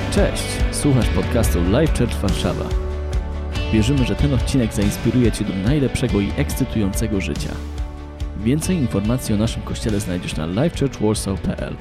Cześć, słuchasz podcastu Life Church Warszawa. Wierzymy, że ten odcinek zainspiruje Cię do najlepszego i ekscytującego życia. Więcej informacji o naszym kościele znajdziesz na lifechurchwarsaw.pl.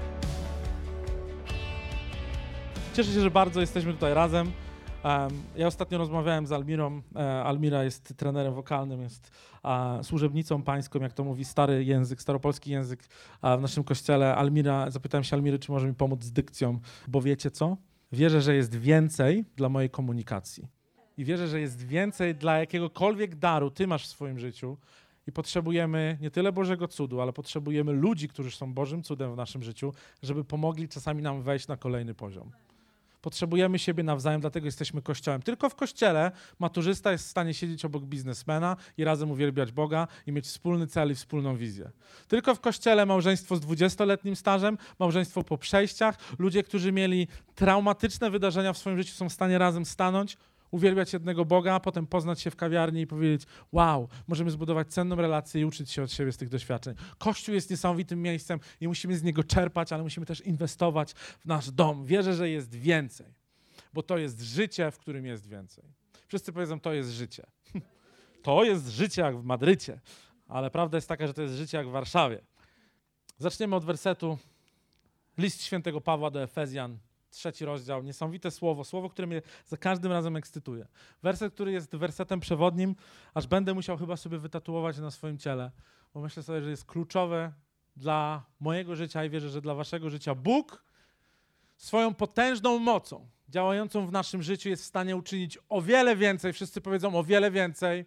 Cieszę się, że bardzo jesteśmy tutaj razem. Ja ostatnio rozmawiałem z Almirą. Almira jest trenerem wokalnym, jest służebnicą pańską, jak to mówi stary język, staropolski język w naszym kościele. Zapytałem się Almiry, czy może mi pomóc z dykcją, bo wiecie co? Wierzę, że jest więcej dla mojej komunikacji. I wierzę, że jest więcej dla jakiegokolwiek daru ty masz w swoim życiu. I potrzebujemy nie tyle Bożego cudu, ale potrzebujemy ludzi, którzy są Bożym cudem w naszym życiu, żeby pomogli czasami nam wejść na kolejny poziom. Potrzebujemy siebie nawzajem, dlatego jesteśmy Kościołem. Tylko w Kościele maturzysta jest w stanie siedzieć obok biznesmena i razem uwielbiać Boga i mieć wspólny cel i wspólną wizję. Tylko w Kościele małżeństwo z 20-letnim stażem, małżeństwo po przejściach, ludzie, którzy mieli traumatyczne wydarzenia w swoim życiu, są w stanie razem stanąć, uwielbiać jednego Boga, a potem poznać się w kawiarni i powiedzieć: wow, możemy zbudować cenną relację i uczyć się od siebie z tych doświadczeń. Kościół jest niesamowitym miejscem i musimy z niego czerpać, ale musimy też inwestować w nasz dom. Wierzę, że jest więcej, bo to jest życie, w którym jest więcej. Wszyscy powiedzą: to jest życie. To jest życie jak w Madrycie, ale prawda jest taka, że to jest życie jak w Warszawie. Zaczniemy od wersetu. List świętego Pawła do Efezjan, 3 rozdział, niesamowite słowo, które mnie za każdym razem ekscytuje. Werset, który jest wersetem przewodnim, aż będę musiał chyba sobie wytatuować na swoim ciele, bo myślę sobie, że jest kluczowe dla mojego życia i wierzę, że dla waszego życia. Bóg swoją potężną mocą, działającą w naszym życiu, jest w stanie uczynić o wiele więcej, wszyscy powiedzą o wiele więcej,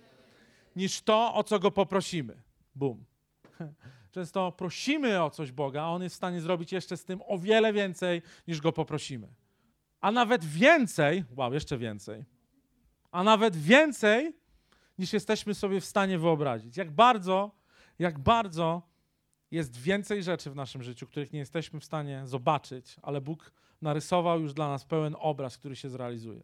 niż to, o co Go poprosimy. Bum. Często prosimy o coś Boga, a On jest w stanie zrobić jeszcze z tym o wiele więcej, niż Go poprosimy. A nawet więcej, jeszcze więcej, a nawet więcej, niż jesteśmy sobie w stanie wyobrazić. Jak bardzo jest więcej rzeczy w naszym życiu, których nie jesteśmy w stanie zobaczyć, ale Bóg narysował już dla nas pełen obraz, który się zrealizuje.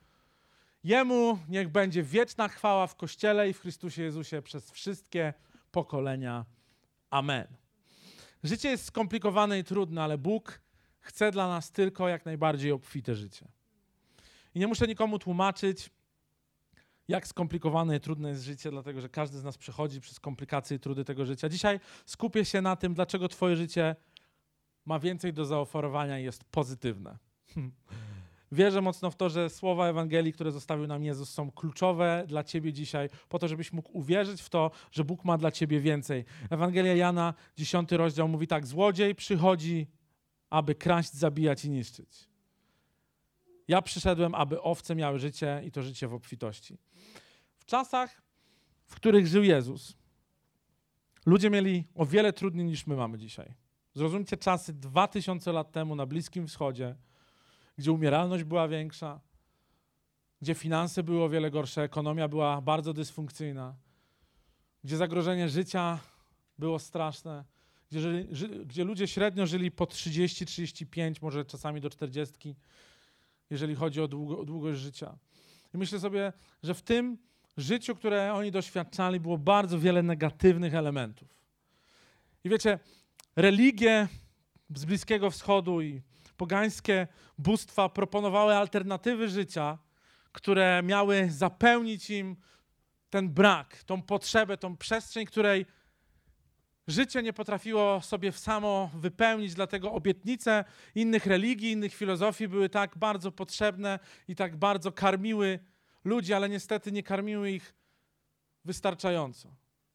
Jemu niech będzie wieczna chwała w Kościele i w Chrystusie Jezusie przez wszystkie pokolenia. Amen. Życie jest skomplikowane i trudne, ale Bóg chce dla nas tylko jak najbardziej obfite życie. I nie muszę nikomu tłumaczyć, jak skomplikowane i trudne jest życie, dlatego że każdy z nas przechodzi przez komplikacje i trudy tego życia. Dzisiaj skupię się na tym, dlaczego twoje życie ma więcej do zaoferowania i jest pozytywne. Wierzę mocno w to, że słowa Ewangelii, które zostawił nam Jezus, są kluczowe dla ciebie dzisiaj, po to, żebyś mógł uwierzyć w to, że Bóg ma dla ciebie więcej. Ewangelia Jana, 10 rozdział mówi tak: złodziej przychodzi, aby kraść, zabijać i niszczyć. Ja przyszedłem, aby owce miały życie i to życie w obfitości. W czasach, w których żył Jezus, ludzie mieli o wiele trudniej niż my mamy dzisiaj. Zrozumcie czasy 2000 lat temu na Bliskim Wschodzie, gdzie umieralność była większa, gdzie finanse były o wiele gorsze, ekonomia była bardzo dysfunkcyjna, gdzie zagrożenie życia było straszne, gdzie ludzie średnio żyli po 30, 35, może czasami do 40, jeżeli chodzi o długość życia. I myślę sobie, że w tym życiu, które oni doświadczali, było bardzo wiele negatywnych elementów. I wiecie, religie z Bliskiego Wschodu i pogańskie bóstwa proponowały alternatywy życia, które miały zapełnić im ten brak, tą potrzebę, tą przestrzeń, której życie nie potrafiło sobie samo wypełnić, dlatego obietnice innych religii, innych filozofii były tak bardzo potrzebne i tak bardzo karmiły ludzi, ale niestety nie karmiły ich wystarczająco.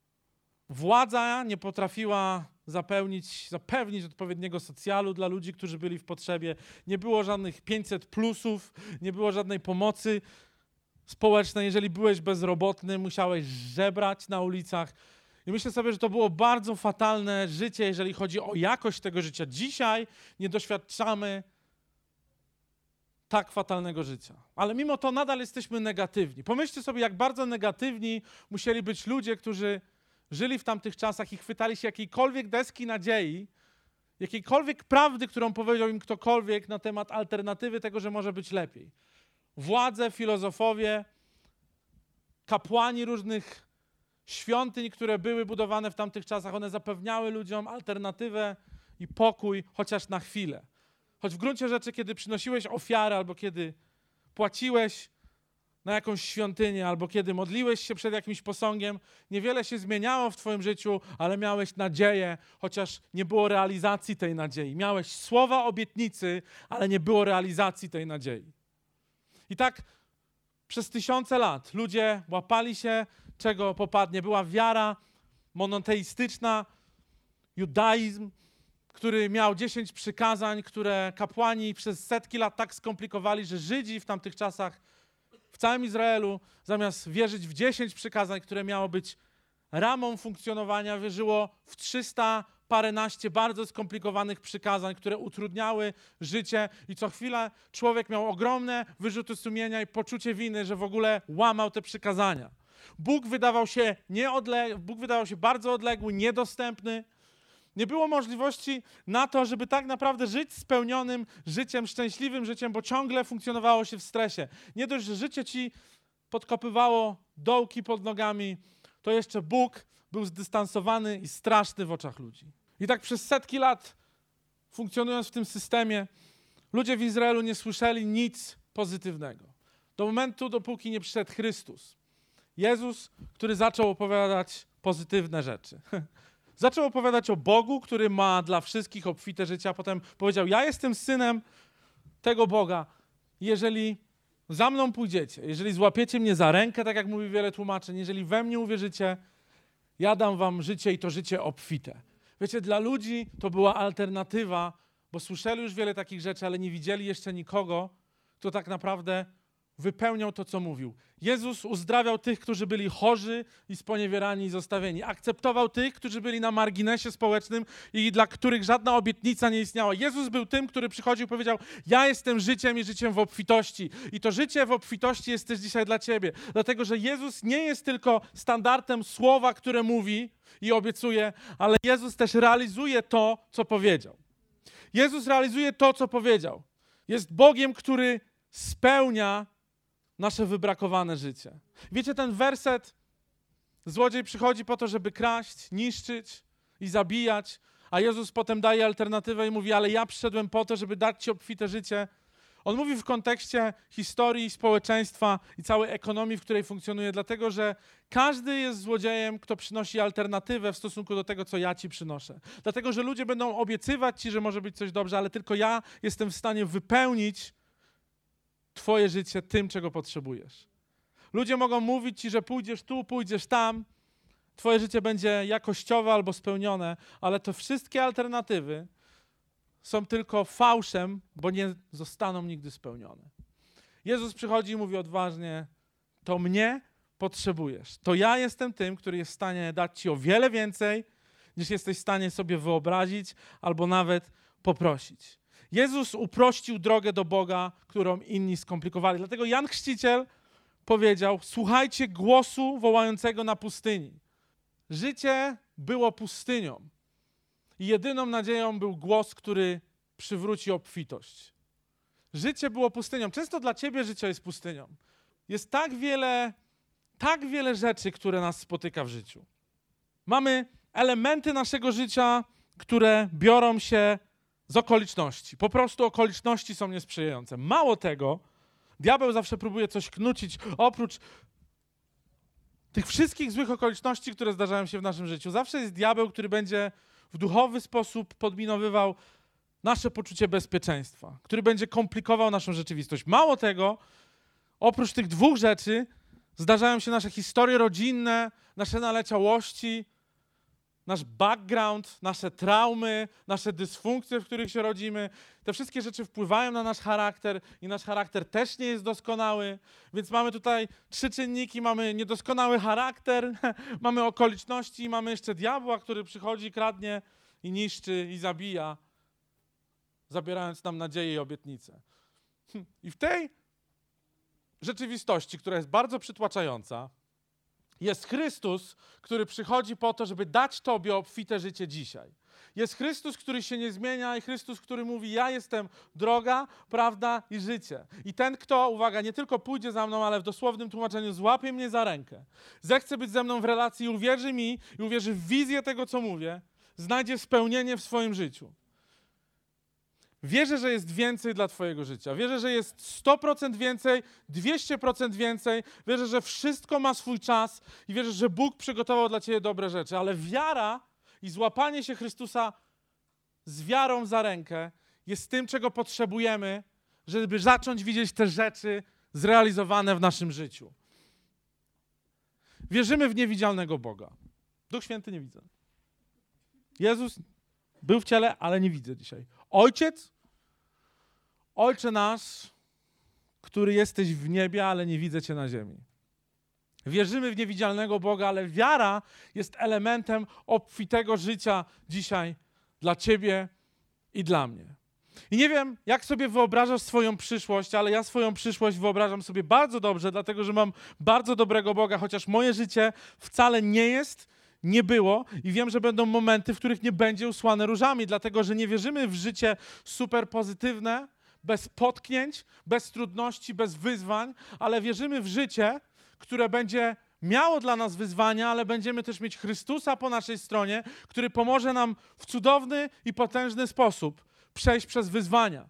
Władza nie potrafiła zapewnić odpowiedniego socjalu dla ludzi, którzy byli w potrzebie. Nie było żadnych 500+, nie było żadnej pomocy społecznej. Jeżeli byłeś bezrobotny, musiałeś żebrać na ulicach. I myślę sobie, że to było bardzo fatalne życie, jeżeli chodzi o jakość tego życia. Dzisiaj nie doświadczamy tak fatalnego życia. Ale mimo to nadal jesteśmy negatywni. Pomyślcie sobie, jak bardzo negatywni musieli być ludzie, którzy żyli w tamtych czasach i chwytali się jakiejkolwiek deski nadziei, jakiejkolwiek prawdy, którą powiedział im ktokolwiek na temat alternatywy tego, że może być lepiej. Władze, filozofowie, kapłani różnych świątyń, które były budowane w tamtych czasach, one zapewniały ludziom alternatywę i pokój, chociaż na chwilę. Choć w gruncie rzeczy, kiedy przynosiłeś ofiarę, albo kiedy płaciłeś na jakąś świątynię, albo kiedy modliłeś się przed jakimś posągiem, niewiele się zmieniało w twoim życiu, ale miałeś nadzieję, chociaż nie było realizacji tej nadziei. Miałeś słowa obietnicy, ale nie było realizacji tej nadziei. I tak przez tysiące lat ludzie łapali się, czego popadnie. Była wiara monoteistyczna, judaizm, który miał 10 przykazań, które kapłani przez setki lat tak skomplikowali, że Żydzi w tamtych czasach w całym Izraelu, zamiast wierzyć w 10 przykazań, które miało być ramą funkcjonowania, wierzyło w 300 paręnaście bardzo skomplikowanych przykazań, które utrudniały życie i co chwilę człowiek miał ogromne wyrzuty sumienia i poczucie winy, że w ogóle łamał te przykazania. Bóg wydawał się bardzo odległy, niedostępny. Nie było możliwości na to, żeby tak naprawdę żyć spełnionym życiem, szczęśliwym życiem, bo ciągle funkcjonowało się w stresie. Nie dość, że życie ci podkopywało dołki pod nogami, to jeszcze Bóg był zdystansowany i straszny w oczach ludzi. I tak przez setki lat funkcjonując w tym systemie, ludzie w Izraelu nie słyszeli nic pozytywnego. Do momentu, dopóki nie przyszedł Chrystus. Jezus, który zaczął opowiadać pozytywne rzeczy. Zaczął opowiadać o Bogu, który ma dla wszystkich obfite życie, a potem powiedział, ja jestem synem tego Boga. Jeżeli za mną pójdziecie, jeżeli złapiecie mnie za rękę, tak jak mówi wiele tłumaczeń, jeżeli we mnie uwierzycie, ja dam wam życie i to życie obfite. Wiecie, dla ludzi to była alternatywa, bo słyszeli już wiele takich rzeczy, ale nie widzieli jeszcze nikogo, kto tak naprawdę wypełniał to, co mówił. Jezus uzdrawiał tych, którzy byli chorzy i sponiewierani i zostawieni. Akceptował tych, którzy byli na marginesie społecznym i dla których żadna obietnica nie istniała. Jezus był tym, który przychodził i powiedział, ja jestem życiem i życiem w obfitości. I to życie w obfitości jest też dzisiaj dla ciebie. Dlatego, że Jezus nie jest tylko standardem słowa, które mówi i obiecuje, ale Jezus też realizuje to, co powiedział. Jezus realizuje to, co powiedział. Jest Bogiem, który spełnia nasze wybrakowane życie. Wiecie, ten werset, złodziej przychodzi po to, żeby kraść, niszczyć i zabijać, a Jezus potem daje alternatywę i mówi, ale ja przyszedłem po to, żeby dać ci obfite życie. On mówi w kontekście historii, społeczeństwa i całej ekonomii, w której funkcjonuje, dlatego że każdy jest złodziejem, kto przynosi alternatywę w stosunku do tego, co ja ci przynoszę. Dlatego, że ludzie będą obiecywać ci, że może być coś dobrze, ale tylko ja jestem w stanie wypełnić twoje życie tym, czego potrzebujesz. Ludzie mogą mówić ci, że pójdziesz tu, pójdziesz tam, twoje życie będzie jakościowe albo spełnione, ale te wszystkie alternatywy są tylko fałszem, bo nie zostaną nigdy spełnione. Jezus przychodzi i mówi odważnie, to mnie potrzebujesz. To ja jestem tym, który jest w stanie dać ci o wiele więcej, niż jesteś w stanie sobie wyobrazić albo nawet poprosić. Jezus uprościł drogę do Boga, którą inni skomplikowali. Dlatego Jan Chrzciciel powiedział, słuchajcie głosu wołającego na pustyni. Życie było pustynią i jedyną nadzieją był głos, który przywróci obfitość. Życie było pustynią. Często dla ciebie życie jest pustynią. Jest tak wiele rzeczy, które nas spotyka w życiu. Mamy elementy naszego życia, które biorą się z okoliczności. Po prostu okoliczności są niesprzyjające. Mało tego, diabeł zawsze próbuje coś knucić oprócz tych wszystkich złych okoliczności, które zdarzają się w naszym życiu. Zawsze jest diabeł, który będzie w duchowy sposób podminowywał nasze poczucie bezpieczeństwa, który będzie komplikował naszą rzeczywistość. Mało tego, oprócz tych dwóch rzeczy zdarzają się nasze historie rodzinne, nasze naleciałości, nasz background, nasze traumy, nasze dysfunkcje, w których się rodzimy. Te wszystkie rzeczy wpływają na nasz charakter i nasz charakter też nie jest doskonały. Więc mamy tutaj 3 czynniki. Mamy niedoskonały charakter, mamy okoliczności i mamy jeszcze diabła, który przychodzi, kradnie i niszczy i zabija, zabierając nam nadzieję i obietnicę. I w tej rzeczywistości, która jest bardzo przytłaczająca, jest Chrystus, który przychodzi po to, żeby dać tobie obfite życie dzisiaj. Jest Chrystus, który się nie zmienia i Chrystus, który mówi, ja jestem droga, prawda i życie. I ten, kto, uwaga, nie tylko pójdzie za mną, ale w dosłownym tłumaczeniu złapie mnie za rękę, zechce być ze mną w relacji i uwierzy mi i uwierzy w wizję tego, co mówię, znajdzie spełnienie w swoim życiu. Wierzę, że jest więcej dla twojego życia. Wierzę, że jest 100% więcej, 200% więcej. Wierzę, że wszystko ma swój czas i wierzę, że Bóg przygotował dla ciebie dobre rzeczy. Ale wiara i złapanie się Chrystusa z wiarą za rękę jest tym, czego potrzebujemy, żeby zacząć widzieć te rzeczy zrealizowane w naszym życiu. Wierzymy w niewidzialnego Boga. Duch Święty nie widzę. Jezus był w ciele, ale nie widzę dzisiaj. Ojcze nasz, który jesteś w niebie, ale nie widzę cię na ziemi. Wierzymy w niewidzialnego Boga, ale wiara jest elementem obfitego życia dzisiaj dla ciebie i dla mnie. I nie wiem, jak sobie wyobrażasz swoją przyszłość, ale ja swoją przyszłość wyobrażam sobie bardzo dobrze, dlatego że mam bardzo dobrego Boga, chociaż moje życie wcale nie było i wiem, że będą momenty, w których nie będzie usłane różami, dlatego że nie wierzymy w życie super pozytywne, bez potknięć, bez trudności, bez wyzwań, ale wierzymy w życie, które będzie miało dla nas wyzwania, ale będziemy też mieć Chrystusa po naszej stronie, który pomoże nam w cudowny i potężny sposób przejść przez wyzwania.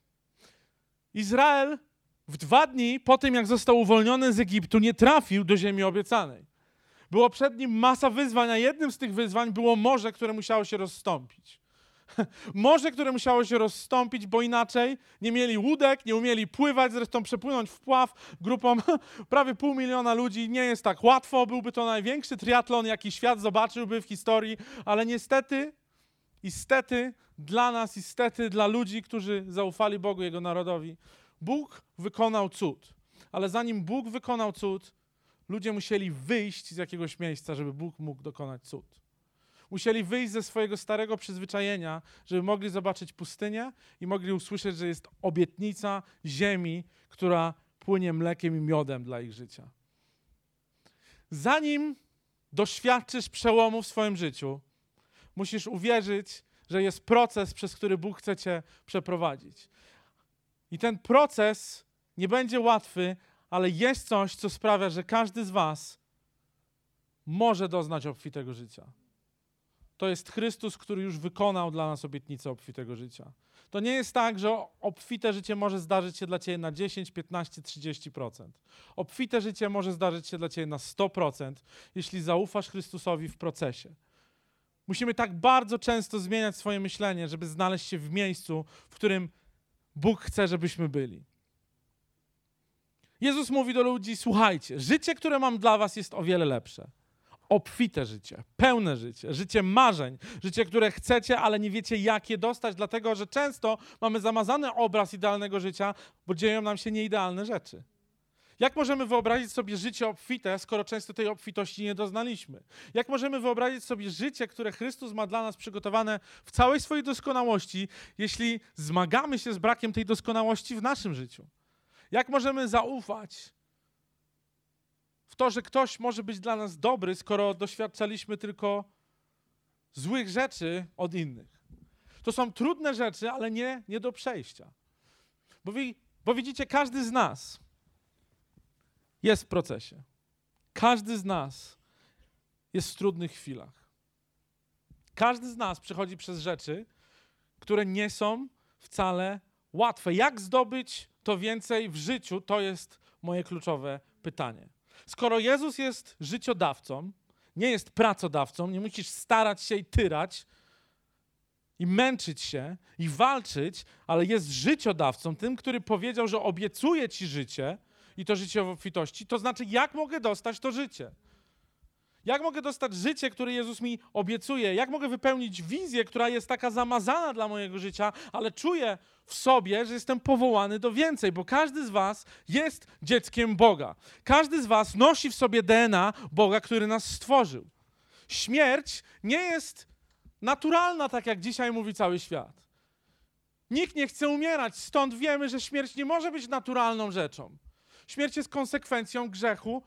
Izrael w 2 dni po tym, jak został uwolniony z Egiptu, nie trafił do ziemi obiecanej. Było przed nim masa wyzwań, a jednym z tych wyzwań było morze, które musiało się rozstąpić. Morze, które musiało się rozstąpić, bo inaczej nie mieli łódek, nie umieli pływać, zresztą przepłynąć wpław grupą prawie 500 000 ludzi nie jest tak łatwo, byłby to największy triatlon, jaki świat zobaczyłby w historii, ale niestety dla nas, niestety dla ludzi, którzy zaufali Bogu, Jego narodowi, Bóg wykonał cud. Ale zanim Bóg wykonał cud, ludzie musieli wyjść z jakiegoś miejsca, żeby Bóg mógł dokonać cud. Musieli wyjść ze swojego starego przyzwyczajenia, żeby mogli zobaczyć pustynię i mogli usłyszeć, że jest obietnica ziemi, która płynie mlekiem i miodem dla ich życia. Zanim doświadczysz przełomu w swoim życiu, musisz uwierzyć, że jest proces, przez który Bóg chce cię przeprowadzić. I ten proces nie będzie łatwy, ale jest coś, co sprawia, że każdy z was może doznać obfitego życia. To jest Chrystus, który już wykonał dla nas obietnicę obfitego życia. To nie jest tak, że obfite życie może zdarzyć się dla ciebie na 10, 15, 30%. Obfite życie może zdarzyć się dla ciebie na 100%, jeśli zaufasz Chrystusowi w procesie. Musimy tak bardzo często zmieniać swoje myślenie, żeby znaleźć się w miejscu, w którym Bóg chce, żebyśmy byli. Jezus mówi do ludzi, słuchajcie, życie, które mam dla was jest o wiele lepsze. Obfite życie, pełne życie, życie marzeń, życie, które chcecie, ale nie wiecie, jak je dostać, dlatego że często mamy zamazany obraz idealnego życia, bo dzieją nam się nieidealne rzeczy. Jak możemy wyobrazić sobie życie obfite, skoro często tej obfitości nie doznaliśmy? Jak możemy wyobrazić sobie życie, które Chrystus ma dla nas przygotowane w całej swojej doskonałości, jeśli zmagamy się z brakiem tej doskonałości w naszym życiu? Jak możemy zaufać w to, że ktoś może być dla nas dobry, skoro doświadczaliśmy tylko złych rzeczy od innych? To są trudne rzeczy, ale nie do przejścia. Bo widzicie, każdy z nas jest w procesie. Każdy z nas jest w trudnych chwilach. Każdy z nas przechodzi przez rzeczy, które nie są wcale łatwe. Jak zdobyć to więcej w życiu? To jest moje kluczowe pytanie. Skoro Jezus jest życiodawcą, nie jest pracodawcą, nie musisz starać się i tyrać i męczyć się i walczyć, ale jest życiodawcą, tym, który powiedział, że obiecuje ci życie i to życie w obfitości, to znaczy, jak mogę dostać to życie? Jak mogę dostać życie, które Jezus mi obiecuje? Jak mogę wypełnić wizję, która jest taka zamazana dla mojego życia, ale czuję w sobie, że jestem powołany do więcej, bo każdy z was jest dzieckiem Boga. Każdy z was nosi w sobie DNA Boga, który nas stworzył. Śmierć nie jest naturalna, tak jak dzisiaj mówi cały świat. Nikt nie chce umierać, stąd wiemy, że śmierć nie może być naturalną rzeczą. Śmierć jest konsekwencją grzechu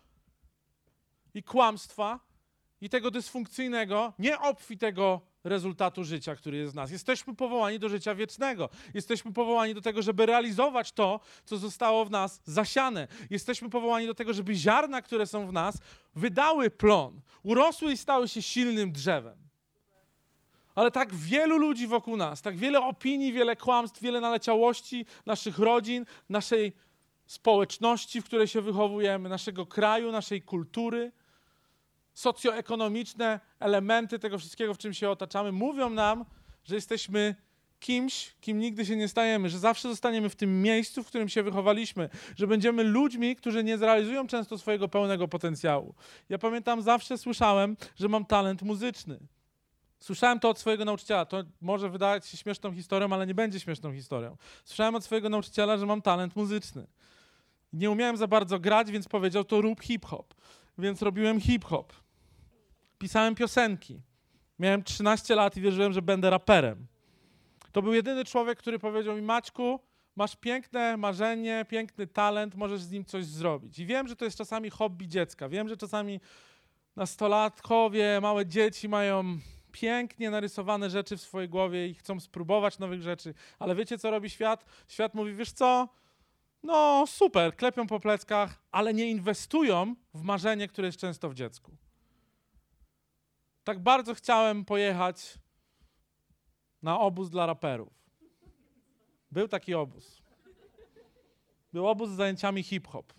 i kłamstwa i tego dysfunkcyjnego, nieobfitego rezultatu życia, który jest w nas. Jesteśmy powołani do życia wiecznego. Jesteśmy powołani do tego, żeby realizować to, co zostało w nas zasiane. Jesteśmy powołani do tego, żeby ziarna, które są w nas, wydały plon, urosły i stały się silnym drzewem. Ale tak wielu ludzi wokół nas, tak wiele opinii, wiele kłamstw, wiele naleciałości naszych rodzin, naszej społeczności, w której się wychowujemy, naszego kraju, naszej kultury, socjoekonomiczne elementy tego wszystkiego, w czym się otaczamy, mówią nam, że jesteśmy kimś, kim nigdy się nie stajemy, że zawsze zostaniemy w tym miejscu, w którym się wychowaliśmy, że będziemy ludźmi, którzy nie zrealizują często swojego pełnego potencjału. Ja pamiętam, zawsze słyszałem, że mam talent muzyczny. Słyszałem to od swojego nauczyciela. To może wydawać się śmieszną historią, ale nie będzie śmieszną historią. Słyszałem od swojego nauczyciela, że mam talent muzyczny. Nie umiałem za bardzo grać, więc powiedział, to rób hip-hop. Więc robiłem hip-hop. Pisałem piosenki. Miałem 13 lat i wierzyłem, że będę raperem. To był jedyny człowiek, który powiedział mi, Maćku, masz piękne marzenie, piękny talent, możesz z nim coś zrobić. I wiem, że to jest czasami hobby dziecka. Wiem, że czasami nastolatkowie, małe dzieci mają pięknie narysowane rzeczy w swojej głowie i chcą spróbować nowych rzeczy. Ale wiecie, co robi świat? Świat mówi, wiesz co? No super, klepią po pleckach, ale nie inwestują w marzenie, które jest często w dziecku. Tak bardzo chciałem pojechać na obóz dla raperów. Był taki obóz. Był obóz z zajęciami hip-hop.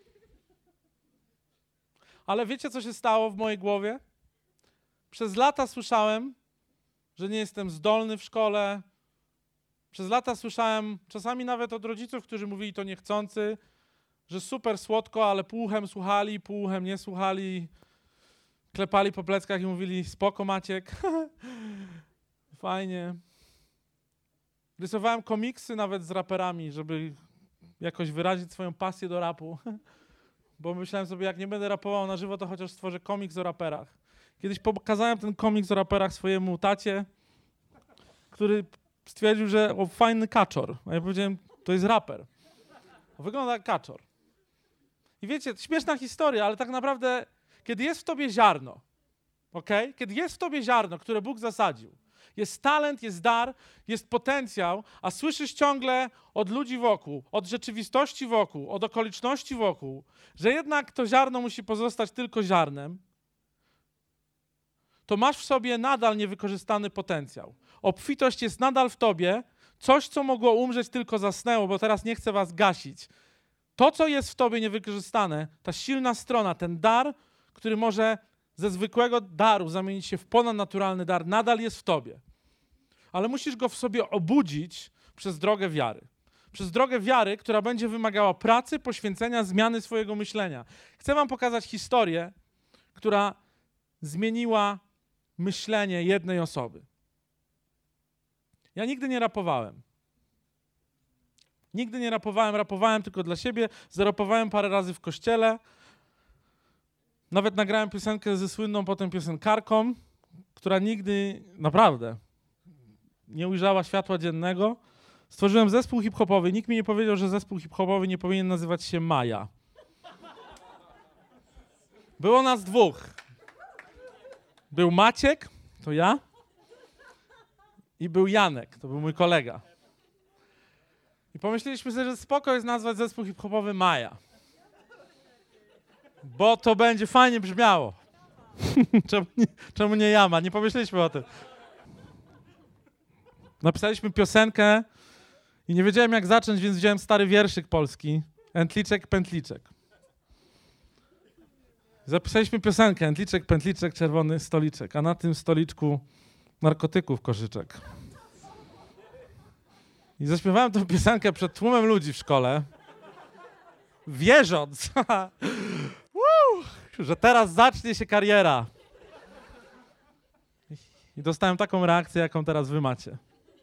Ale wiecie, co się stało w mojej głowie? Przez lata słyszałem, że nie jestem zdolny w szkole. Przez lata słyszałem, czasami nawet od rodziców, którzy mówili to niechcący, że super słodko, ale pół uchem słuchali, pół uchem nie słuchali. Klepali po pleckach i mówili, spoko Maciek, fajnie. Rysowałem komiksy nawet z raperami, żeby jakoś wyrazić swoją pasję do rapu. Bo myślałem sobie, jak nie będę rapował na żywo, to chociaż stworzę komiks o raperach. Kiedyś pokazałem ten komiks o raperach swojemu tacie, który stwierdził, że o, fajny kaczor. A ja powiedziałem, to jest raper. Wygląda jak kaczor. I wiecie, śmieszna historia, ale tak naprawdę, kiedy jest w tobie ziarno, okay? Kiedy jest w tobie ziarno, które Bóg zasadził, jest talent, jest dar, jest potencjał, a słyszysz ciągle od ludzi wokół, od rzeczywistości wokół, od okoliczności wokół, że jednak to ziarno musi pozostać tylko ziarnem, to masz w sobie nadal niewykorzystany potencjał. Obfitość jest nadal w tobie, coś, co mogło umrzeć, tylko zasnęło, bo teraz nie chcę was gasić. To, co jest w tobie niewykorzystane, ta silna strona, ten dar, który może ze zwykłego daru zamienić się w ponadnaturalny dar, nadal jest w tobie. Ale musisz go w sobie obudzić przez drogę wiary. Przez drogę wiary, która będzie wymagała pracy, poświęcenia, zmiany swojego myślenia. Chcę wam pokazać historię, która zmieniła myślenie jednej osoby. Ja nigdy nie rapowałem. Nigdy nie rapowałem tylko dla siebie. Zarapowałem parę razy w kościele. Nawet nagrałem piosenkę ze słynną potem piosenkarką, która nigdy, naprawdę, nie ujrzała światła dziennego. Stworzyłem zespół hip-hopowy. Nikt mi nie powiedział, że zespół hip-hopowy nie powinien nazywać się Maja. Było nas dwóch. Był Maciek, to ja, i był Janek, to był mój kolega. I pomyśleliśmy sobie, że spoko jest nazwać zespół hip-hopowy Maja. Bo to będzie fajnie brzmiało. Czemu nie Jama? Nie pomyśleliśmy o tym. Napisaliśmy piosenkę i nie wiedziałem, jak zacząć, więc wziąłem stary wierszyk polski. Entliczek, pętliczek. Zapisaliśmy piosenkę. Entliczek, pętliczek, czerwony stoliczek. A na tym stoliczku narkotyków koszyczek. I zaśpiewałem tę piosenkę przed tłumem ludzi w szkole, wierząc, że teraz zacznie się kariera. I dostałem taką reakcję, jaką teraz wy macie.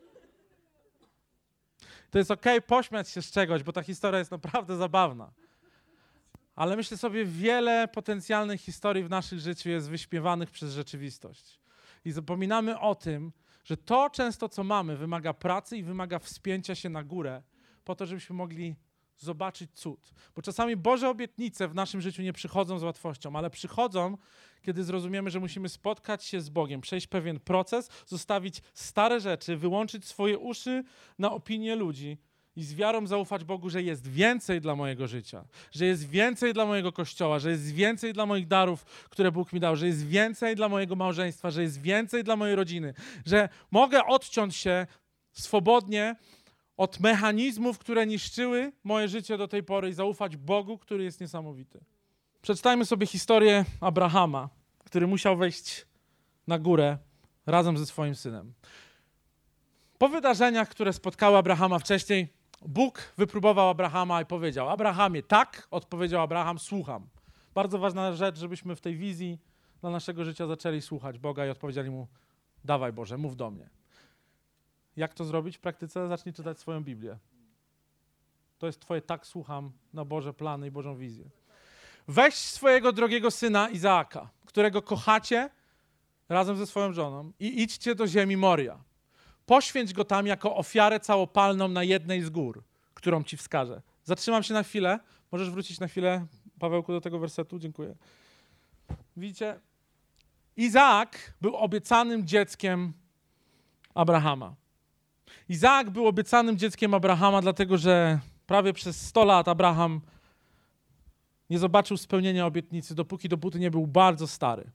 To jest okej pośmiać się z czegoś, bo ta historia jest naprawdę zabawna. Ale myślę sobie, wiele potencjalnych historii w naszych życiu jest wyśpiewanych przez rzeczywistość. I zapominamy o tym, że to często, co mamy, wymaga pracy i wymaga wspięcia się na górę, po to, żebyśmy mogli zobaczyć cud. Bo czasami Boże obietnice w naszym życiu nie przychodzą z łatwością, ale przychodzą, kiedy zrozumiemy, że musimy spotkać się z Bogiem, przejść pewien proces, zostawić stare rzeczy, wyłączyć swoje uszy na opinię ludzi i z wiarą zaufać Bogu, że jest więcej dla mojego życia, że jest więcej dla mojego Kościoła, że jest więcej dla moich darów, które Bóg mi dał, że jest więcej dla mojego małżeństwa, że jest więcej dla mojej rodziny, że mogę odciąć się swobodnie od mechanizmów, które niszczyły moje życie do tej pory i zaufać Bogu, który jest niesamowity. Przeczytajmy sobie historię Abrahama, który musiał wejść na górę razem ze swoim synem. Po wydarzeniach, które spotkały Abrahama wcześniej, Bóg wypróbował Abrahama i powiedział: Abrahamie, tak, odpowiedział Abraham, słucham. Bardzo ważna rzecz, żebyśmy w tej wizji dla naszego życia zaczęli słuchać Boga i odpowiedzieli Mu: dawaj Boże, mów do mnie. Jak to zrobić w praktyce? Zacznij czytać swoją Biblię. To jest twoje tak słucham na Boże plany i Bożą wizję. Weź swojego drogiego syna Izaaka, którego kochacie razem ze swoją żoną i idźcie do ziemi Moria. Poświęć go tam jako ofiarę całopalną na jednej z gór, którą ci wskażę. Zatrzymam się na chwilę. Możesz wrócić na chwilę, Pawełku, do tego wersetu? Dziękuję. Widzicie? Izaak był obiecanym dzieckiem Abrahama. Izaak był obiecanym dzieckiem Abrahama, dlatego że prawie przez 100 lat Abraham nie zobaczył spełnienia obietnicy, dopóty nie był bardzo stary.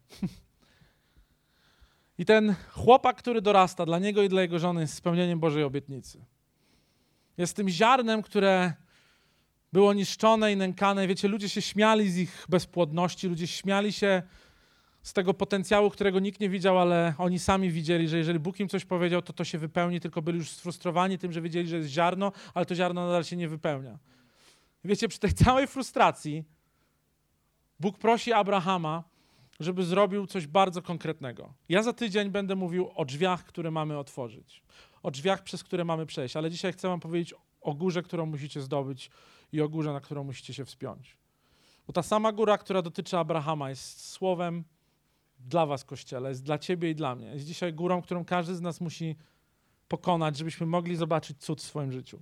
I ten chłopak, który dorasta, dla niego i dla jego żony jest spełnieniem Bożej obietnicy. Jest tym ziarnem, które było niszczone i nękane. Wiecie, ludzie się śmiali z ich bezpłodności, ludzie śmiali się z tego potencjału, którego nikt nie widział, ale oni sami widzieli, że jeżeli Bóg im coś powiedział, to się wypełni, tylko byli już sfrustrowani tym, że wiedzieli, że jest ziarno, ale to ziarno nadal się nie wypełnia. Wiecie, przy tej całej frustracji Bóg prosi Abrahama, żeby zrobił coś bardzo konkretnego. Ja za tydzień będę mówił o drzwiach, które mamy otworzyć, o drzwiach, przez które mamy przejść, ale dzisiaj chcę wam powiedzieć o górze, którą musicie zdobyć i o górze, na którą musicie się wspiąć. Bo ta sama góra, która dotyczy Abrahama, jest słowem dla was, Kościele, jest dla ciebie i dla mnie. Jest dzisiaj górą, którą każdy z nas musi pokonać, żebyśmy mogli zobaczyć cud w swoim życiu.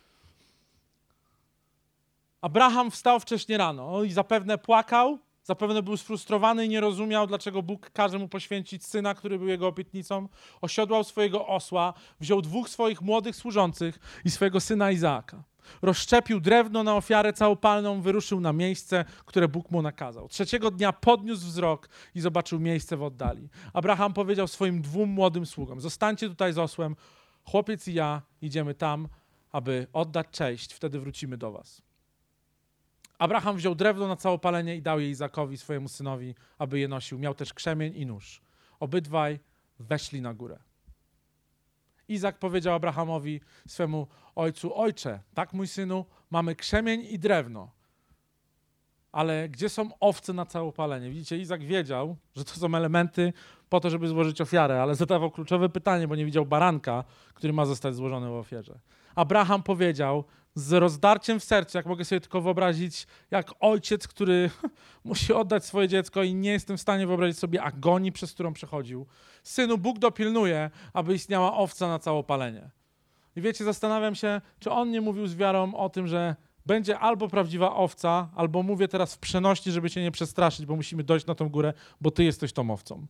Abraham wstał wcześnie rano i zapewne płakał, zapewne był sfrustrowany i nie rozumiał, dlaczego Bóg każe mu poświęcić syna, który był jego obietnicą. Osiodłał swojego osła, wziął 2 swoich młodych służących i swojego syna Izaaka. Rozszczepił drewno na ofiarę całopalną, wyruszył na miejsce, które Bóg mu nakazał. 3. dnia podniósł wzrok i zobaczył miejsce w oddali. Abraham powiedział swoim 2 młodym sługom: zostańcie tutaj z osłem, chłopiec i ja idziemy tam, aby oddać cześć, wtedy wrócimy do was. Abraham wziął drewno na całopalenie i dał je Izakowi, swojemu synowi, aby je nosił. Miał też krzemień i nóż. Obydwaj weszli na górę. Izak powiedział Abrahamowi, swemu ojcu: ojcze, tak mój synu, mamy krzemień i drewno, ale gdzie są owce na całopalenie? Widzicie, Izak wiedział, że to są elementy po to, żeby złożyć ofiarę, ale zadawał kluczowe pytanie, bo nie widział baranka, który ma zostać złożony w ofierze. Abraham powiedział z rozdarciem w sercu, jak mogę sobie tylko wyobrazić, jak ojciec, który musi oddać swoje dziecko i nie jestem w stanie wyobrazić sobie agonii, przez którą przechodził. Synu, Bóg dopilnuje, aby istniała owca na całopalenie. I wiecie, zastanawiam się, czy on nie mówił z wiarą o tym, że będzie albo prawdziwa owca, albo mówię teraz w przenośni, żeby cię nie przestraszyć, bo musimy dojść na tą górę, bo ty jesteś tą owcą.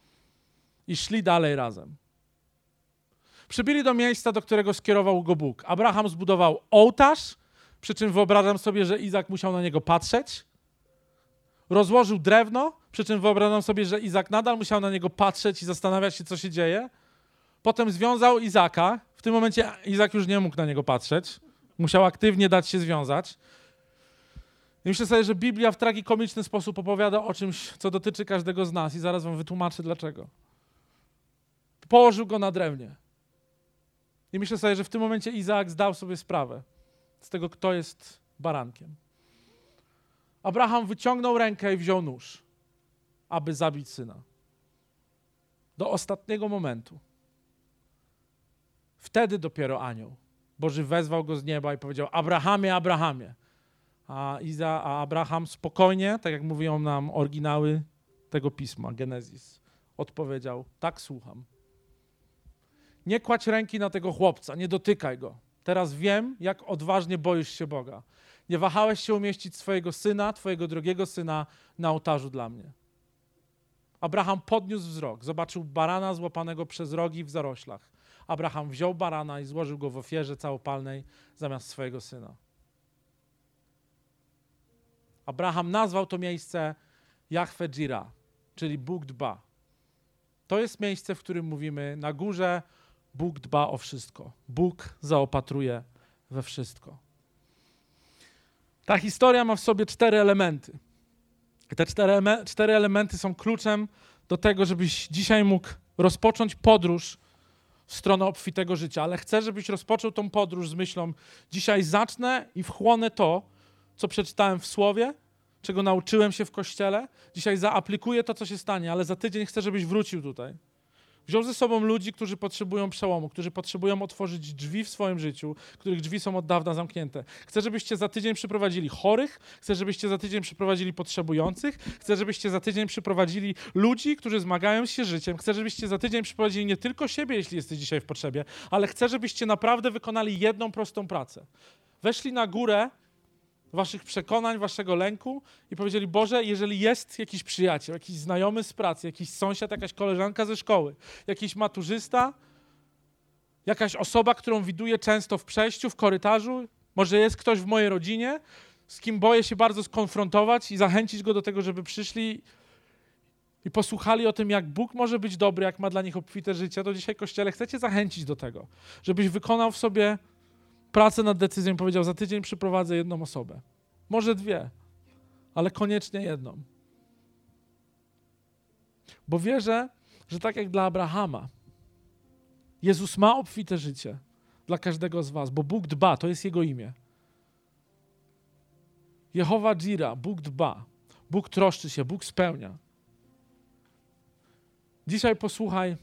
I szli dalej razem. Przybyli do miejsca, do którego skierował go Bóg. Abraham zbudował ołtarz, przy czym wyobrażam sobie, że Izak musiał na niego patrzeć. Rozłożył drewno, przy czym wyobrażam sobie, że Izak nadal musiał na niego patrzeć i zastanawiać się, co się dzieje. Potem związał Izaka. W tym momencie Izak już nie mógł na niego patrzeć. Musiał aktywnie dać się związać. I myślę sobie, że Biblia w tragikomiczny sposób opowiada o czymś, co dotyczy każdego z nas i zaraz wam wytłumaczę dlaczego. Położył go na drewnie. I myślę sobie, że w tym momencie Izaak zdał sobie sprawę z tego, kto jest barankiem. Abraham wyciągnął rękę i wziął nóż, aby zabić syna. Do ostatniego momentu. Wtedy dopiero anioł Boży wezwał go z nieba i powiedział: Abrahamie, Abrahamie. A Abraham spokojnie, tak jak mówią nam oryginały tego pisma, Genezis, odpowiedział: tak, słucham. Nie kładź ręki na tego chłopca, nie dotykaj go. Teraz wiem, jak odważnie boisz się Boga. Nie wahałeś się umieścić swojego syna, twojego drogiego syna na ołtarzu dla mnie. Abraham podniósł wzrok, zobaczył barana złapanego przez rogi w zaroślach. Abraham wziął barana i złożył go w ofierze całopalnej zamiast swojego syna. Abraham nazwał to miejsce Jahwe Jireh, czyli Bóg dba. To jest miejsce, w którym mówimy, na górze Bóg dba o wszystko. Bóg zaopatruje we wszystko. Ta historia ma w sobie 4 elementy. I te 4 elementy są kluczem do tego, żebyś dzisiaj mógł rozpocząć podróż w stronę obfitego życia. Ale chcę, żebyś rozpoczął tą podróż z myślą, dzisiaj zacznę i wchłonę to, co przeczytałem w Słowie, czego nauczyłem się w Kościele. Dzisiaj zaaplikuję to, co się stanie, ale za tydzień chcę, żebyś wrócił tutaj. Wziął ze sobą ludzi, którzy potrzebują przełomu, którzy potrzebują otworzyć drzwi w swoim życiu, których drzwi są od dawna zamknięte. Chcę, żebyście za tydzień przyprowadzili chorych, chcę, żebyście za tydzień przyprowadzili potrzebujących, chcę, żebyście za tydzień przyprowadzili ludzi, którzy zmagają się życiem, chcę, żebyście za tydzień przyprowadzili nie tylko siebie, jeśli jesteś dzisiaj w potrzebie, ale chcę, żebyście naprawdę wykonali jedną prostą pracę. Weszli na górę waszych przekonań, waszego lęku i powiedzieli, Boże, jeżeli jest jakiś przyjaciel, jakiś znajomy z pracy, jakiś sąsiad, jakaś koleżanka ze szkoły, jakiś maturzysta, jakaś osoba, którą widuję często w przejściu, w korytarzu, może jest ktoś w mojej rodzinie, z kim boję się bardzo skonfrontować i zachęcić go do tego, żeby przyszli i posłuchali o tym, jak Bóg może być dobry, jak ma dla nich obfite życie, to dzisiaj, Kościele, chcę cię zachęcić do tego, żebyś wykonał w sobie pracę nad decyzją, powiedział, za tydzień przyprowadzę jedną osobę. Może 2, ale koniecznie jedną. Bo wierzę, że tak jak dla Abrahama, Jezus ma obfite życie dla każdego z was, bo Bóg dba, to jest Jego imię. Jehova Jireh, Bóg dba, Bóg troszczy się, Bóg spełnia. Dzisiaj posłuchaj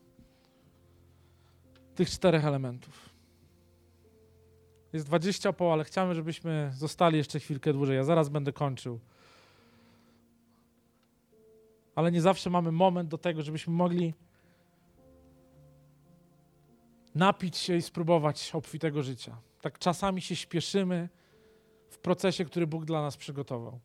tych 4 elementów. Jest 20 po, ale chciałem, żebyśmy zostali jeszcze chwilkę dłużej. Ja zaraz będę kończył. Ale nie zawsze mamy moment do tego, żebyśmy mogli napić się i spróbować obfitego życia. Tak czasami się śpieszymy w procesie, który Bóg dla nas przygotował.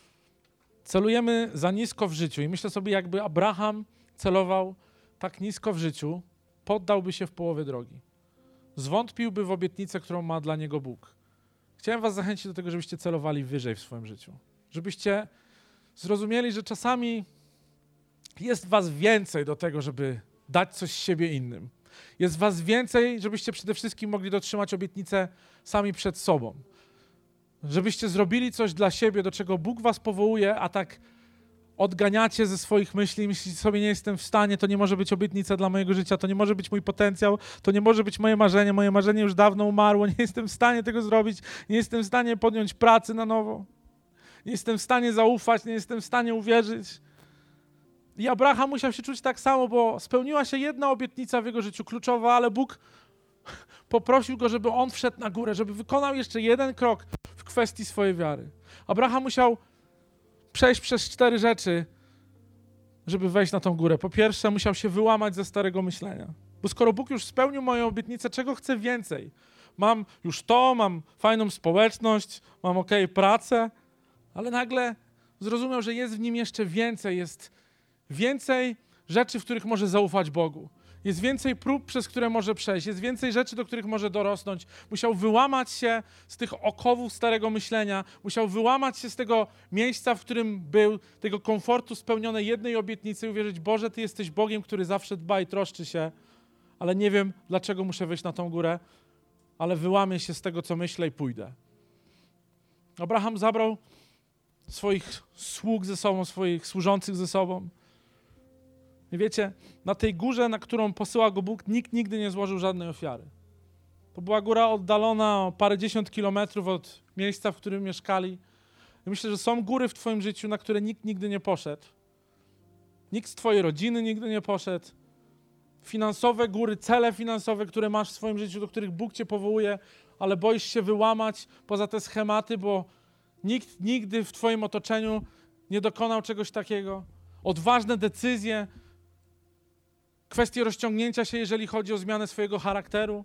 Celujemy za nisko w życiu i myślę sobie, jakby Abraham celował tak nisko w życiu, poddałby się w połowie drogi. Zwątpiłby w obietnicę, którą ma dla niego Bóg. Chciałem was zachęcić do tego, żebyście celowali wyżej w swoim życiu. Żebyście zrozumieli, że czasami jest w was więcej do tego, żeby dać coś z siebie innym. Jest w was więcej, żebyście przede wszystkim mogli dotrzymać obietnicę sami przed sobą. Żebyście zrobili coś dla siebie, do czego Bóg was powołuje, a tak odganiacie ze swoich myśli i myślicie sobie, nie jestem w stanie, to nie może być obietnica dla mojego życia, to nie może być mój potencjał, to nie może być moje marzenie już dawno umarło, nie jestem w stanie tego zrobić, nie jestem w stanie podjąć pracy na nowo, nie jestem w stanie zaufać, nie jestem w stanie uwierzyć. I Abraham musiał się czuć tak samo, bo spełniła się jedna obietnica w jego życiu, kluczowa, ale Bóg poprosił go, żeby on wszedł na górę, żeby wykonał jeszcze jeden krok w kwestii swojej wiary. Abraham musiał przejść przez 4 rzeczy, żeby wejść na tą górę. Po pierwsze, musiał się wyłamać ze starego myślenia. Bo skoro Bóg już spełnił moją obietnicę, czego chcę więcej? Mam już to, mam fajną społeczność, mam pracę, ale nagle zrozumiał, że jest w nim jeszcze więcej. Jest więcej rzeczy, w których może zaufać Bogu. Jest więcej prób, przez które może przejść. Jest więcej rzeczy, do których może dorosnąć. Musiał wyłamać się z tych okowów starego myślenia. Musiał wyłamać się z tego miejsca, w którym był, tego komfortu spełnionej jednej obietnicy i uwierzyć, Boże, Ty jesteś Bogiem, który zawsze dba i troszczy się, ale nie wiem, dlaczego muszę wejść na tą górę, ale wyłamię się z tego, co myślę i pójdę. Abraham zabrał swoich sług ze sobą, swoich służących ze sobą. I wiecie, na tej górze, na którą posyła go Bóg, nikt nigdy nie złożył żadnej ofiary. To była góra oddalona o parędziesiąt kilometrów od miejsca, w którym mieszkali. I myślę, że są góry w twoim życiu, na które nikt nigdy nie poszedł. Nikt z twojej rodziny nigdy nie poszedł. Finansowe góry, cele finansowe, które masz w swoim życiu, do których Bóg cię powołuje, ale boisz się wyłamać poza te schematy, bo nikt nigdy w twoim otoczeniu nie dokonał czegoś takiego. Odważne decyzje, kwestie rozciągnięcia się, jeżeli chodzi o zmianę swojego charakteru.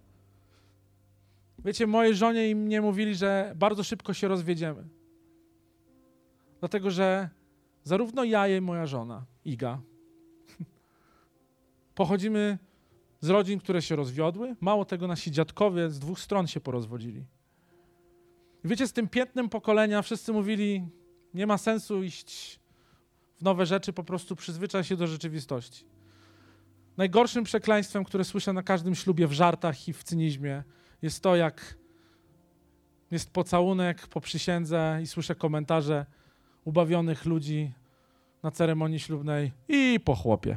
Wiecie, mojej żonie i mnie mówili, że bardzo szybko się rozwiedziemy. Dlatego, że zarówno ja i moja żona, Iga, pochodzimy z rodzin, które się rozwiodły. Mało tego, nasi dziadkowie z 2 stron się porozwodzili. Wiecie, z tym piętnem pokolenia wszyscy mówili, nie ma sensu iść w nowe rzeczy, po prostu przyzwyczaj się do rzeczywistości. Najgorszym przekleństwem, które słyszę na każdym ślubie w żartach i w cynizmie, jest to, jak jest pocałunek po przysiędze i słyszę komentarze ubawionych ludzi na ceremonii ślubnej i po chłopie.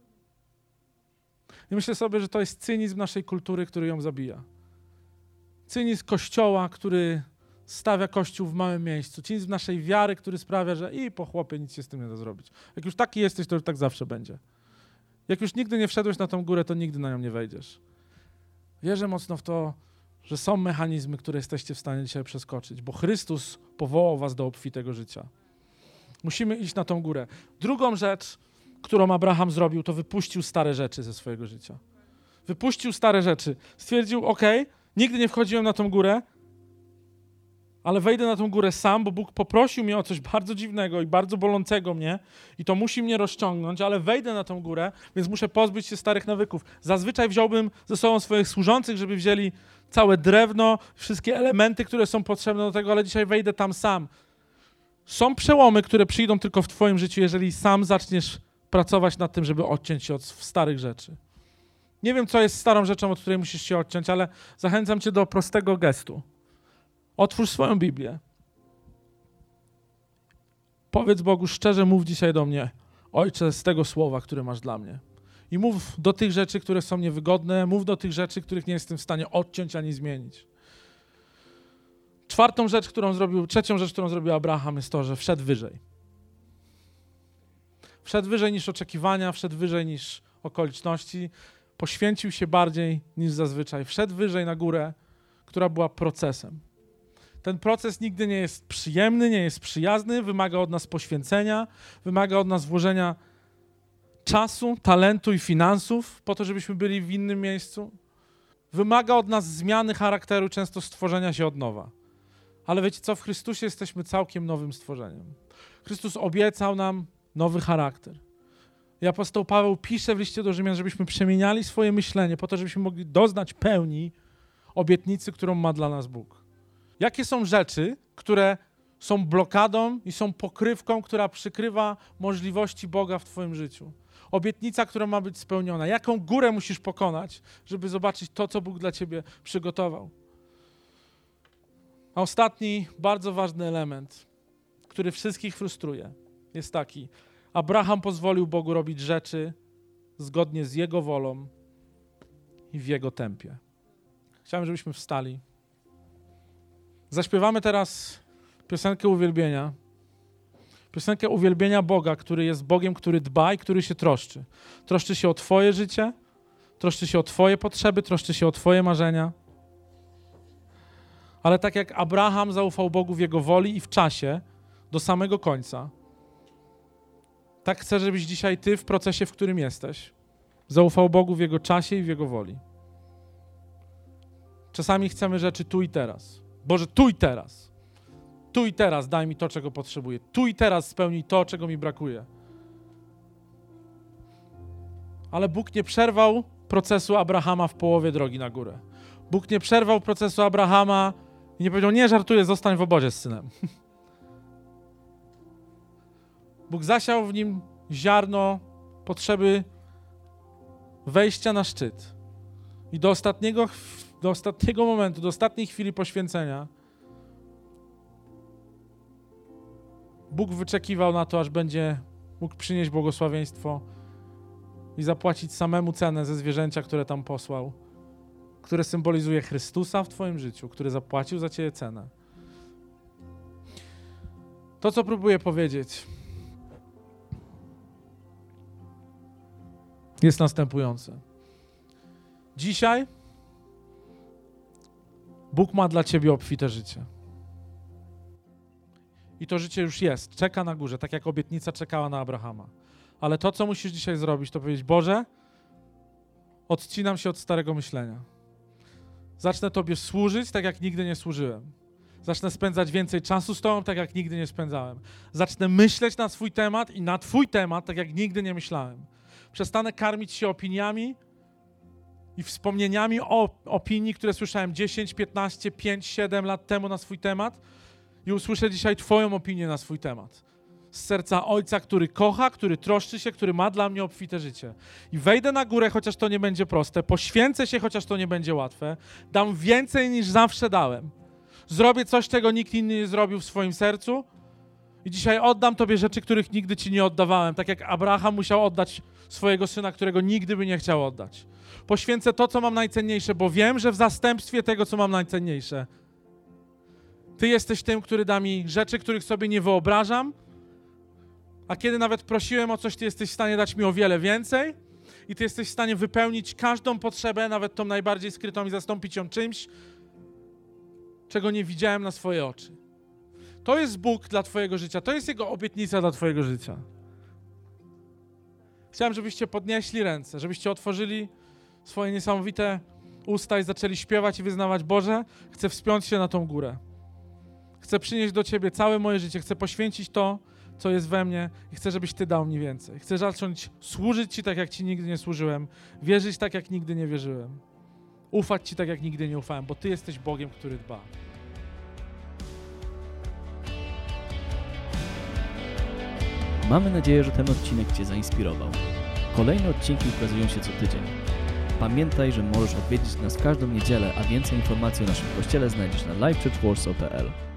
I myślę sobie, że to jest cynizm naszej kultury, który ją zabija. Cynizm Kościoła, który stawia Kościół w małym miejscu. Cynizm naszej wiary, który sprawia, że i po chłopie nic się z tym nie da zrobić. Jak już taki jesteś, to już tak zawsze będzie. Jak już nigdy nie wszedłeś na tą górę, to nigdy na nią nie wejdziesz. Wierzę mocno w to, że są mechanizmy, które jesteście w stanie dzisiaj przeskoczyć, bo Chrystus powołał was do obfitego życia. Musimy iść na tą górę. Drugą rzecz, którą Abraham zrobił, to wypuścił stare rzeczy ze swojego życia. Wypuścił stare rzeczy. Stwierdził, nigdy nie wchodziłem na tą górę, ale wejdę na tą górę sam, bo Bóg poprosił mnie o coś bardzo dziwnego i bardzo bolącego mnie i to musi mnie rozciągnąć, ale wejdę na tą górę, więc muszę pozbyć się starych nawyków. Zazwyczaj wziąłbym ze sobą swoich służących, żeby wzięli całe drewno, wszystkie elementy, które są potrzebne do tego, ale dzisiaj wejdę tam sam. Są przełomy, które przyjdą tylko w twoim życiu, jeżeli sam zaczniesz pracować nad tym, żeby odciąć się od starych rzeczy. Nie wiem, co jest starą rzeczą, od której musisz się odciąć, ale zachęcam cię do prostego gestu. Otwórz swoją Biblię. Powiedz Bogu szczerze, mów dzisiaj do mnie, Ojcze, z tego słowa, które masz dla mnie. I mów do tych rzeczy, które są niewygodne, mów do tych rzeczy, których nie jestem w stanie odciąć ani zmienić. Trzecią rzecz, którą zrobił Abraham, jest to, że wszedł wyżej. Wszedł wyżej niż oczekiwania, wszedł wyżej niż okoliczności, poświęcił się bardziej niż zazwyczaj. Wszedł wyżej na górę, która była procesem. Ten proces nigdy nie jest przyjemny, nie jest przyjazny, wymaga od nas poświęcenia, wymaga od nas włożenia czasu, talentu i finansów po to, żebyśmy byli w innym miejscu. Wymaga od nas zmiany charakteru, często stworzenia się od nowa. Ale wiecie co? W Chrystusie jesteśmy całkiem nowym stworzeniem. Chrystus obiecał nam nowy charakter. I apostoł Paweł pisze w liście do Rzymian, żebyśmy przemieniali swoje myślenie po to, żebyśmy mogli doznać pełni obietnicy, którą ma dla nas Bóg. Jakie są rzeczy, które są blokadą i są pokrywką, która przykrywa możliwości Boga w twoim życiu? Obietnica, która ma być spełniona. Jaką górę musisz pokonać, żeby zobaczyć to, co Bóg dla ciebie przygotował? A ostatni, bardzo ważny element, który wszystkich frustruje, jest taki. Abraham pozwolił Bogu robić rzeczy zgodnie z Jego wolą i w Jego tempie. Chciałem, żebyśmy wstali. Zaśpiewamy teraz piosenkę uwielbienia. Piosenkę uwielbienia Boga, który jest Bogiem, który dba i który się troszczy. Troszczy się o twoje życie, troszczy się o twoje potrzeby, troszczy się o twoje marzenia. Ale tak jak Abraham zaufał Bogu w Jego woli i w czasie, do samego końca, tak chcę, żebyś dzisiaj ty w procesie, w którym jesteś, zaufał Bogu w Jego czasie i w Jego woli. Czasami chcemy rzeczy tu i teraz. Boże, tu i teraz daj mi to, czego potrzebuję. Tu i teraz spełnij to, czego mi brakuje. Ale Bóg nie przerwał procesu Abrahama w połowie drogi na górę. Bóg nie przerwał procesu Abrahama i nie powiedział, nie żartuję, zostań w obozie z synem. Bóg zasiał w nim ziarno potrzeby wejścia na szczyt. I do ostatniego momentu, do ostatniej chwili poświęcenia Bóg wyczekiwał na to, aż będzie mógł przynieść błogosławieństwo i zapłacić samemu cenę ze zwierzęcia, które tam posłał, które symbolizuje Chrystusa w twoim życiu, który zapłacił za ciebie cenę. To, co próbuję powiedzieć, jest następujące. Dzisiaj Bóg ma dla ciebie obfite życie. I to życie już jest, czeka na górze, tak jak obietnica czekała na Abrahama. Ale to, co musisz dzisiaj zrobić, to powiedzieć, Boże, odcinam się od starego myślenia. Zacznę Tobie służyć, tak jak nigdy nie służyłem. Zacznę spędzać więcej czasu z Tobą, tak jak nigdy nie spędzałem. Zacznę myśleć na swój temat i na Twój temat, tak jak nigdy nie myślałem. Przestanę karmić się opiniami i wspomnieniami opinii, które słyszałem 10, 15, 5, 7 lat temu na swój temat i usłyszę dzisiaj Twoją opinię na swój temat. Z serca Ojca, który kocha, który troszczy się, który ma dla mnie obfite życie. I wejdę na górę, chociaż to nie będzie proste, poświęcę się, chociaż to nie będzie łatwe, dam więcej niż zawsze dałem. Zrobię coś, czego nikt inny nie zrobił w swoim sercu i dzisiaj oddam Tobie rzeczy, których nigdy Ci nie oddawałem, tak jak Abraham musiał oddać swojego syna, którego nigdy by nie chciał oddać. Poświęcę to, co mam najcenniejsze, bo wiem, że w zastępstwie tego, co mam najcenniejsze, Ty jesteś tym, który da mi rzeczy, których sobie nie wyobrażam, a kiedy nawet prosiłem o coś, Ty jesteś w stanie dać mi o wiele więcej i Ty jesteś w stanie wypełnić każdą potrzebę, nawet tą najbardziej skrytą i zastąpić ją czymś, czego nie widziałem na swoje oczy. To jest Bóg dla Twojego życia, to jest Jego obietnica dla Twojego życia. Chciałem, żebyście podnieśli ręce, żebyście otworzyli swoje niesamowite usta i zaczęli śpiewać i wyznawać: Boże, chcę wspiąć się na tą górę. Chcę przynieść do Ciebie całe moje życie, chcę poświęcić to, co jest we mnie i chcę, żebyś Ty dał mi więcej. Chcę zacząć służyć Ci tak, jak Ci nigdy nie służyłem, wierzyć tak, jak nigdy nie wierzyłem, ufać Ci tak, jak nigdy nie ufałem, bo Ty jesteś Bogiem, który dba. Mamy nadzieję, że ten odcinek Cię zainspirował. Kolejne odcinki ukazują się co tydzień. Pamiętaj, że możesz odwiedzić nas w każdą niedzielę, a więcej informacji o naszym kościele znajdziesz na livechurchwarsaw.pl.